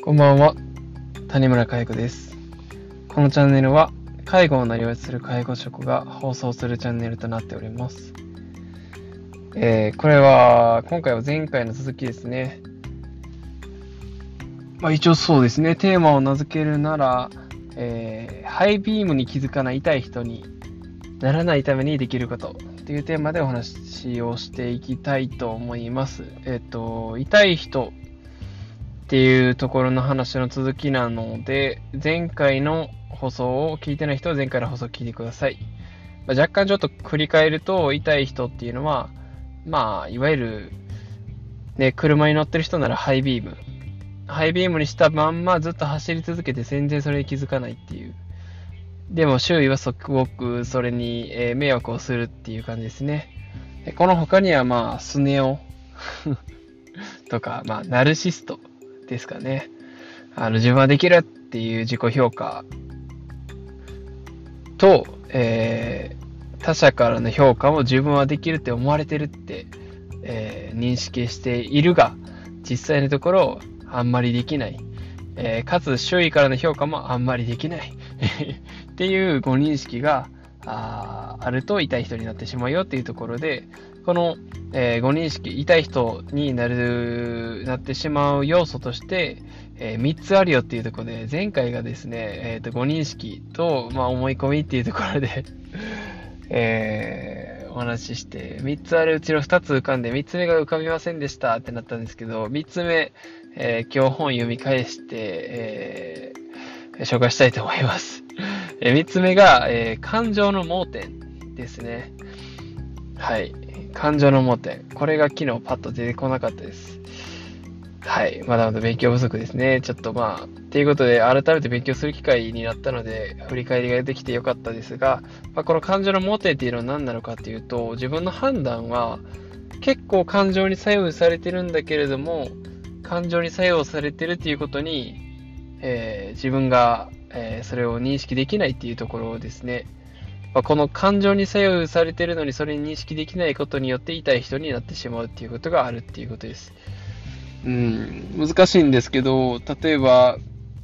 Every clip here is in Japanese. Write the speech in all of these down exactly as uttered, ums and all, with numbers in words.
こんばんは、谷村佳代子です。このチャンネルは介護をなりわいする介護職が放送するチャンネルとなっております。えー、これは今回は前回の続きですね。まあ一応そうですね、テーマを名付けるなら、えー、ハイビームに気づかない痛い人にならないためにできることというテーマでお話をしていきたいと思います。えっと、痛い人っていうところの話の続きなので、前回の放送を聞いてない人は前回の放送を聞いてください。まあ、若干ちょっと振り返ると、痛い人っていうのは、まあ、いわゆる、ね、車に乗ってる人ならハイビーム。ハイビームにしたまんまずっと走り続けて全然それに気づかないっていう。でも周囲はすごくそれに迷惑をするっていう感じですね。この他にはまあ、スネ夫とか、まあ、ナルシストですかね。あの、自分はできるっていう自己評価と、えー、他者からの評価も自分はできるって思われてるって、えー、認識しているが、実際のところあんまりできない。えー、かつ周囲からの評価もあんまりできないっていうご認識が あ, あると痛い人になってしまうよっていうところで、この、えー、ご認識、痛い人になるなってしまう要素として、えー、みっつあるよっていうところで、前回がですね、えー、とご認識と、まあ、思い込みっていうところで、えー、お話しして、みっつあるうちのふたつ浮かんでみっつめが浮かびませんでしたってなったんですけど、みっつめ、えー、今日本読み返して、えー、紹介したいと思います。えー、みっつめが、えー、感情の盲点ですね。はい。感情の盲点。これが昨日パッと出てこなかったです。はい。まだまだ勉強不足ですね。ちょっとまあ、ということで、改めて勉強する機会になったので、振り返りができてよかったですが、まあ、この感情の盲点っていうのは何なのかっていうと、自分の判断は結構感情に左右されてるんだけれども、感情に左右されてるっていうことに、えー、自分が、えー、それを認識できないっていうところですね。まあ、この感情に左右されてるのにそれに認識できないことによって痛い人になってしまうっていうことがあるっていうことです。うん、難しいんですけど、例えば、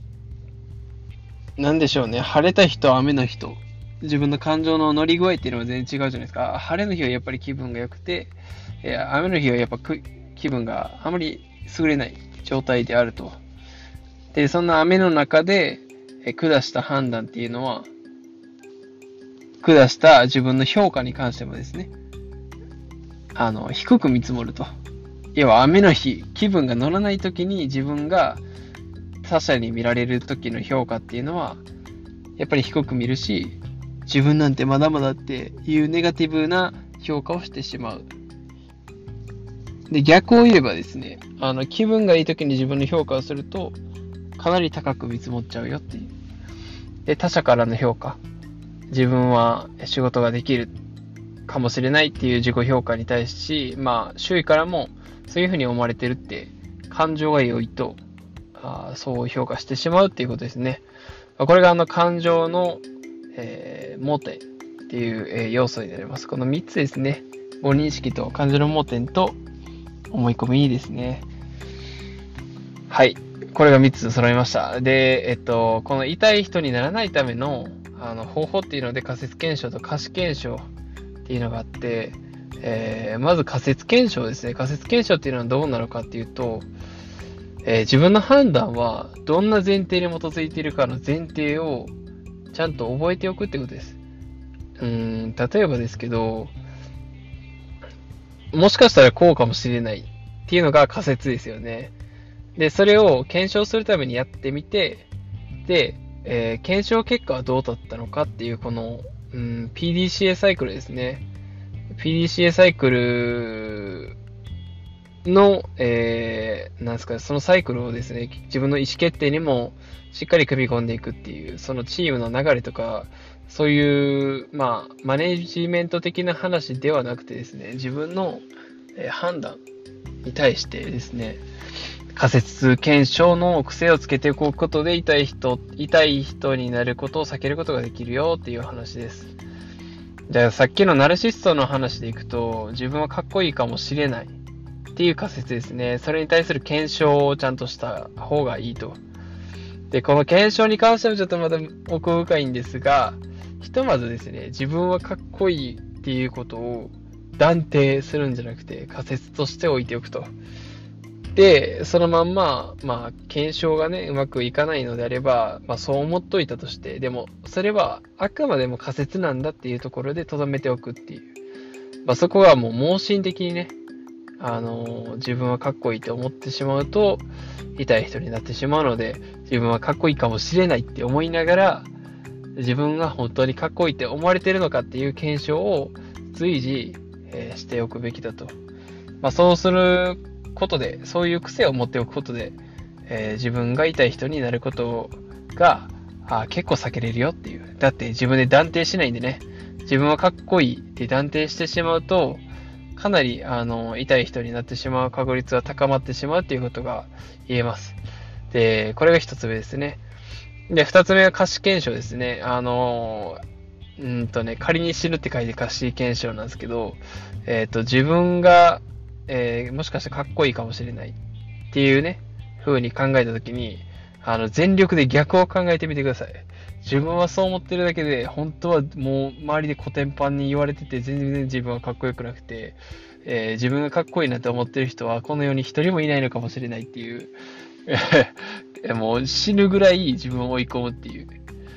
なんでしょうね、晴れた日と雨の日と、自分の感情の乗り具合っていうのは全然違うじゃないですか。晴れの日はやっぱり気分が良くて、いや雨の日はやっぱ気分があまり優れない状態であると。で、そんな雨の中で下した判断っていうのは、下した自分の評価に関してもですね、あの、低く見積もると。要は雨の日、気分が乗らない時に自分が他者に見られる時の評価っていうのは、やっぱり低く見るし、自分なんてまだまだっていうネガティブな評価をしてしまう。で、逆を言えばですね、あの、気分がいい時に自分の評価をすると、かなり高く見積もっちゃうよっていう。で、他者からの評価。自分は仕事ができるかもしれないっていう自己評価に対し、まあ、周囲からもそういうふうに思われてるって、感情が良いと、あそう評価してしまうっていうことですね。これがあの感情の、えー、盲点っていう、えー、要素になります。このみっつですね。ご認識と感情の盲点と思い込みですね。はい。これがみっつ揃いました。で、えっと、この痛い人にならないためのあの方法っていうので仮説検証と可視検証っていうのがあって、えー、まず仮説検証ですね。仮説検証っていうのはどうなのかっていうと、えー、自分の判断はどんな前提に基づいているかの前提をちゃんと覚えておくってことです。うーん、例えばですけど、もしかしたらこうかもしれないっていうのが仮説ですよね。で、それを検証するためにやってみて、で、えー、検証結果はどうだったのかっていうこの、うん、ピーディーシーエー サイクルですね。ピーディーシーエー サイクルの、えー、なんですか、そのサイクルをですね、自分の意思決定にもしっかり組み込んでいくっていう、そのチームの流れとか、そういう、まあ、マネージメント的な話ではなくてですね、自分の、えー、判断に対してですね、仮説検証の癖をつけておくことで痛い人、痛い人になることを避けることができるよっていう話です。じゃあさっきのナルシストの話でいくと、自分はかっこいいかもしれないっていう仮説ですね。それに対する検証をちゃんとした方がいいと。 で、この検証に関してもちょっとまだ奥深いんですが、ひとまずですね、自分はかっこいいっていうことを断定するんじゃなくて仮説として置いておくと。で、そのまんま、まあ、検証がね、うまくいかないのであれば、まあ、そう思っといたとして、でも、それはあくまでも仮説なんだっていうところで留めておくっていう。まあ、そこはもう盲信的にね、あのー自分はかっこいいと思ってしまうと、痛い人になってしまうので、自分はかっこいいかもしれないって思いながら、自分が本当にかっこいいって思われてるのかっていう検証を随時、えーしておくべきだと。まあ、そうすることで、そういう癖を持っておくことで、えー自分が痛い人になることがあ結構避けれるよっていう。だって自分で断定しないんでね、自分はかっこいいって断定してしまうと、かなりあの痛い人になってしまう確率は高まってしまうっていうことが言えます。で、これが一つ目ですね。で、二つ目は可視検証ですね。あの、うんとね、仮に死ぬって書いて可視検証なんですけど、えっと、自分が、えーもしかしてかっこいいかもしれないっていうね、風に考えたときに、あの、全力で逆を考えてみてください。自分はそう思ってるだけで、本当はもう周りでコテンパンに言われてて、全然自分はかっこよくなくて、えー自分がかっこいいなって思ってる人は、この世に一人もいないのかもしれないっていう、もう死ぬぐらい自分を追い込むっていう。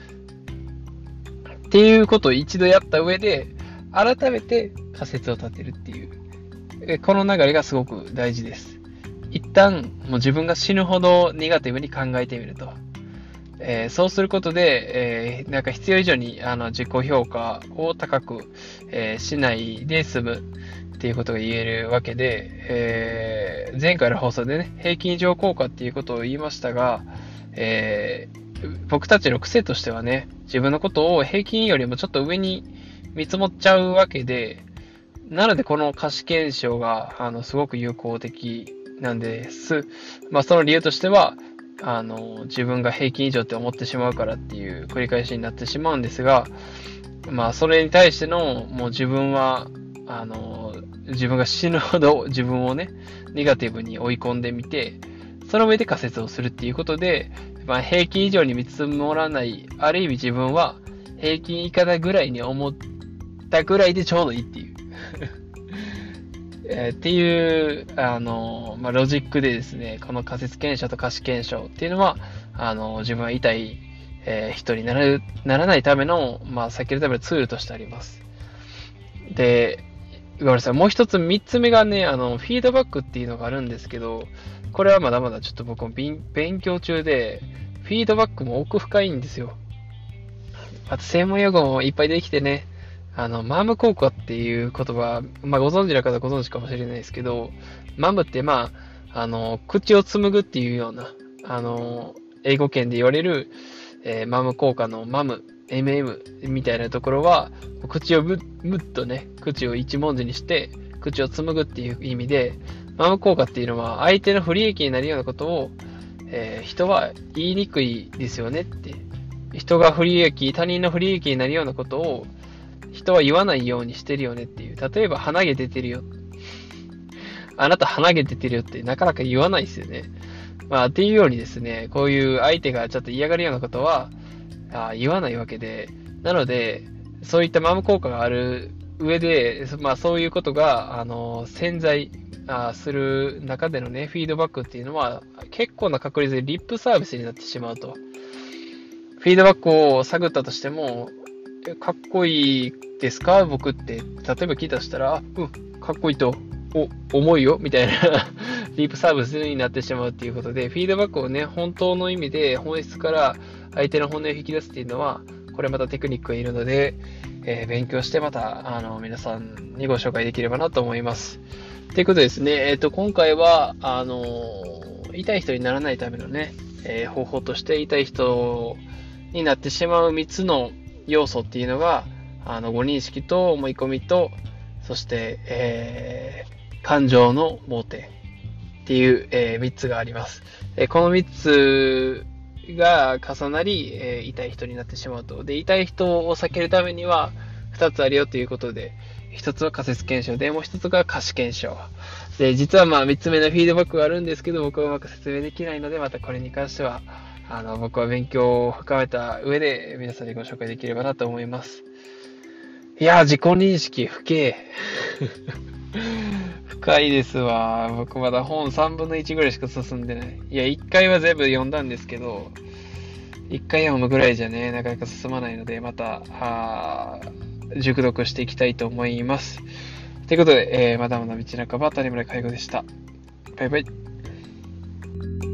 っていうことを一度やった上で、改めて仮説を立てるっていう。えこの流れがすごく大事です。一旦、もう自分が死ぬほどネガティブに考えてみると。えーそうすることで、えーなんか必要以上にあの自己評価を高く、えーしないで済むっていうことが言えるわけで、えー前回の放送でね、平均以上効果っていうことを言いましたが、えー僕たちの癖としてはね、自分のことを平均よりもちょっと上に見積もっちゃうわけで、なのでこの可視検証があのすごく有効的なんです。まあその理由としては、あの自分が平均以上って思ってしまうからっていう繰り返しになってしまうんですが、まあそれに対してのもう自分はあの自分が死ぬほど自分をねネガティブに追い込んでみて、その上で仮説をするっていうことで、まあ、平均以上に見積もらない、ある意味自分は平均以下だぐらいに思ったぐらいでちょうどいいっていう。えーっていう、あの、まあ、ロジックでですね、この仮説検証と可視検証っていうのは、あの、自分は痛い、えー人になる、ならないための、まあ、避けるためのツールとしてあります。で、ごめんなさい。もう一つ、三つ目がね、あの、フィードバックっていうのがあるんですけど、これはまだまだちょっと僕も勉勉強中で、フィードバックも奥深いんですよ。あと、専門用語もいっぱいできてね、あの、マム効果っていう言葉、まあ、ご存知の方はご存知かもしれないですけど、マムってまあ、あの、口を紡ぐっていうような、あの、英語圏で言われる、えーマム効果のマム、エムエム みたいなところは、口をむむっとね、口を一文字にして、口を紡ぐっていう意味で、マム効果っていうのは相手の不利益になるようなことを、えー人は言いにくいですよねって。人が不利益、他人の不利益になるようなことを人は言わないようにしてるよねっていう。例えば鼻毛出てるよ。あなた鼻毛出てるよってなかなか言わないですよね。まあ、っていうようにですね、こういう相手がちょっと嫌がるようなことはあ言わないわけで、なので、そういったマム効果がある上で、まあそういうことが、あの、潜在あする中でのね、フィードバックっていうのは、結構な確率でリップサービスになってしまうと。フィードバックを探ったとしても、えかっこいいですか僕って、例えば聞いたとしたら、あ、うん、かっこいいと、お、重いよみたいなリップサービスになってしまうっていうことで、フィードバックをね、本当の意味で本質から相手の本音を引き出すっていうのは、これまたテクニックがいるので、えー勉強してまた、あの、皆さんにご紹介できればなと思います。ということでですね、えっと、今回は、あのー痛い人にならないためのね、えー方法として痛い人になってしまうみっつの要素っていうのが、あの、ご認識と思い込みと、そして、えー感情の盲点っていう、えーみっつがあります。えーこのみっつが重なり、えー痛い人になってしまうと。で、痛い人を避けるためにはふたつあるよということで、ひとつは仮説検証で、もうひとつが可視検証。で、実はまあみっつめのフィードバックがあるんですけど、僕はうまく説明できないので、またこれに関しては、 あの、僕は勉強を深めた上で皆さんにご紹介できればなと思います。いやー、自己認識深え。深いですわ。僕まだ本さんぶんのいちぐらいしか進んでない。いや、いっかいは全部読んだんですけど、いっかい読むぐらいじゃね、なかなか進まないので、また、あー熟読していきたいと思います。ということで、えーまだまだ道半ば、谷村介護でした。バイバイ。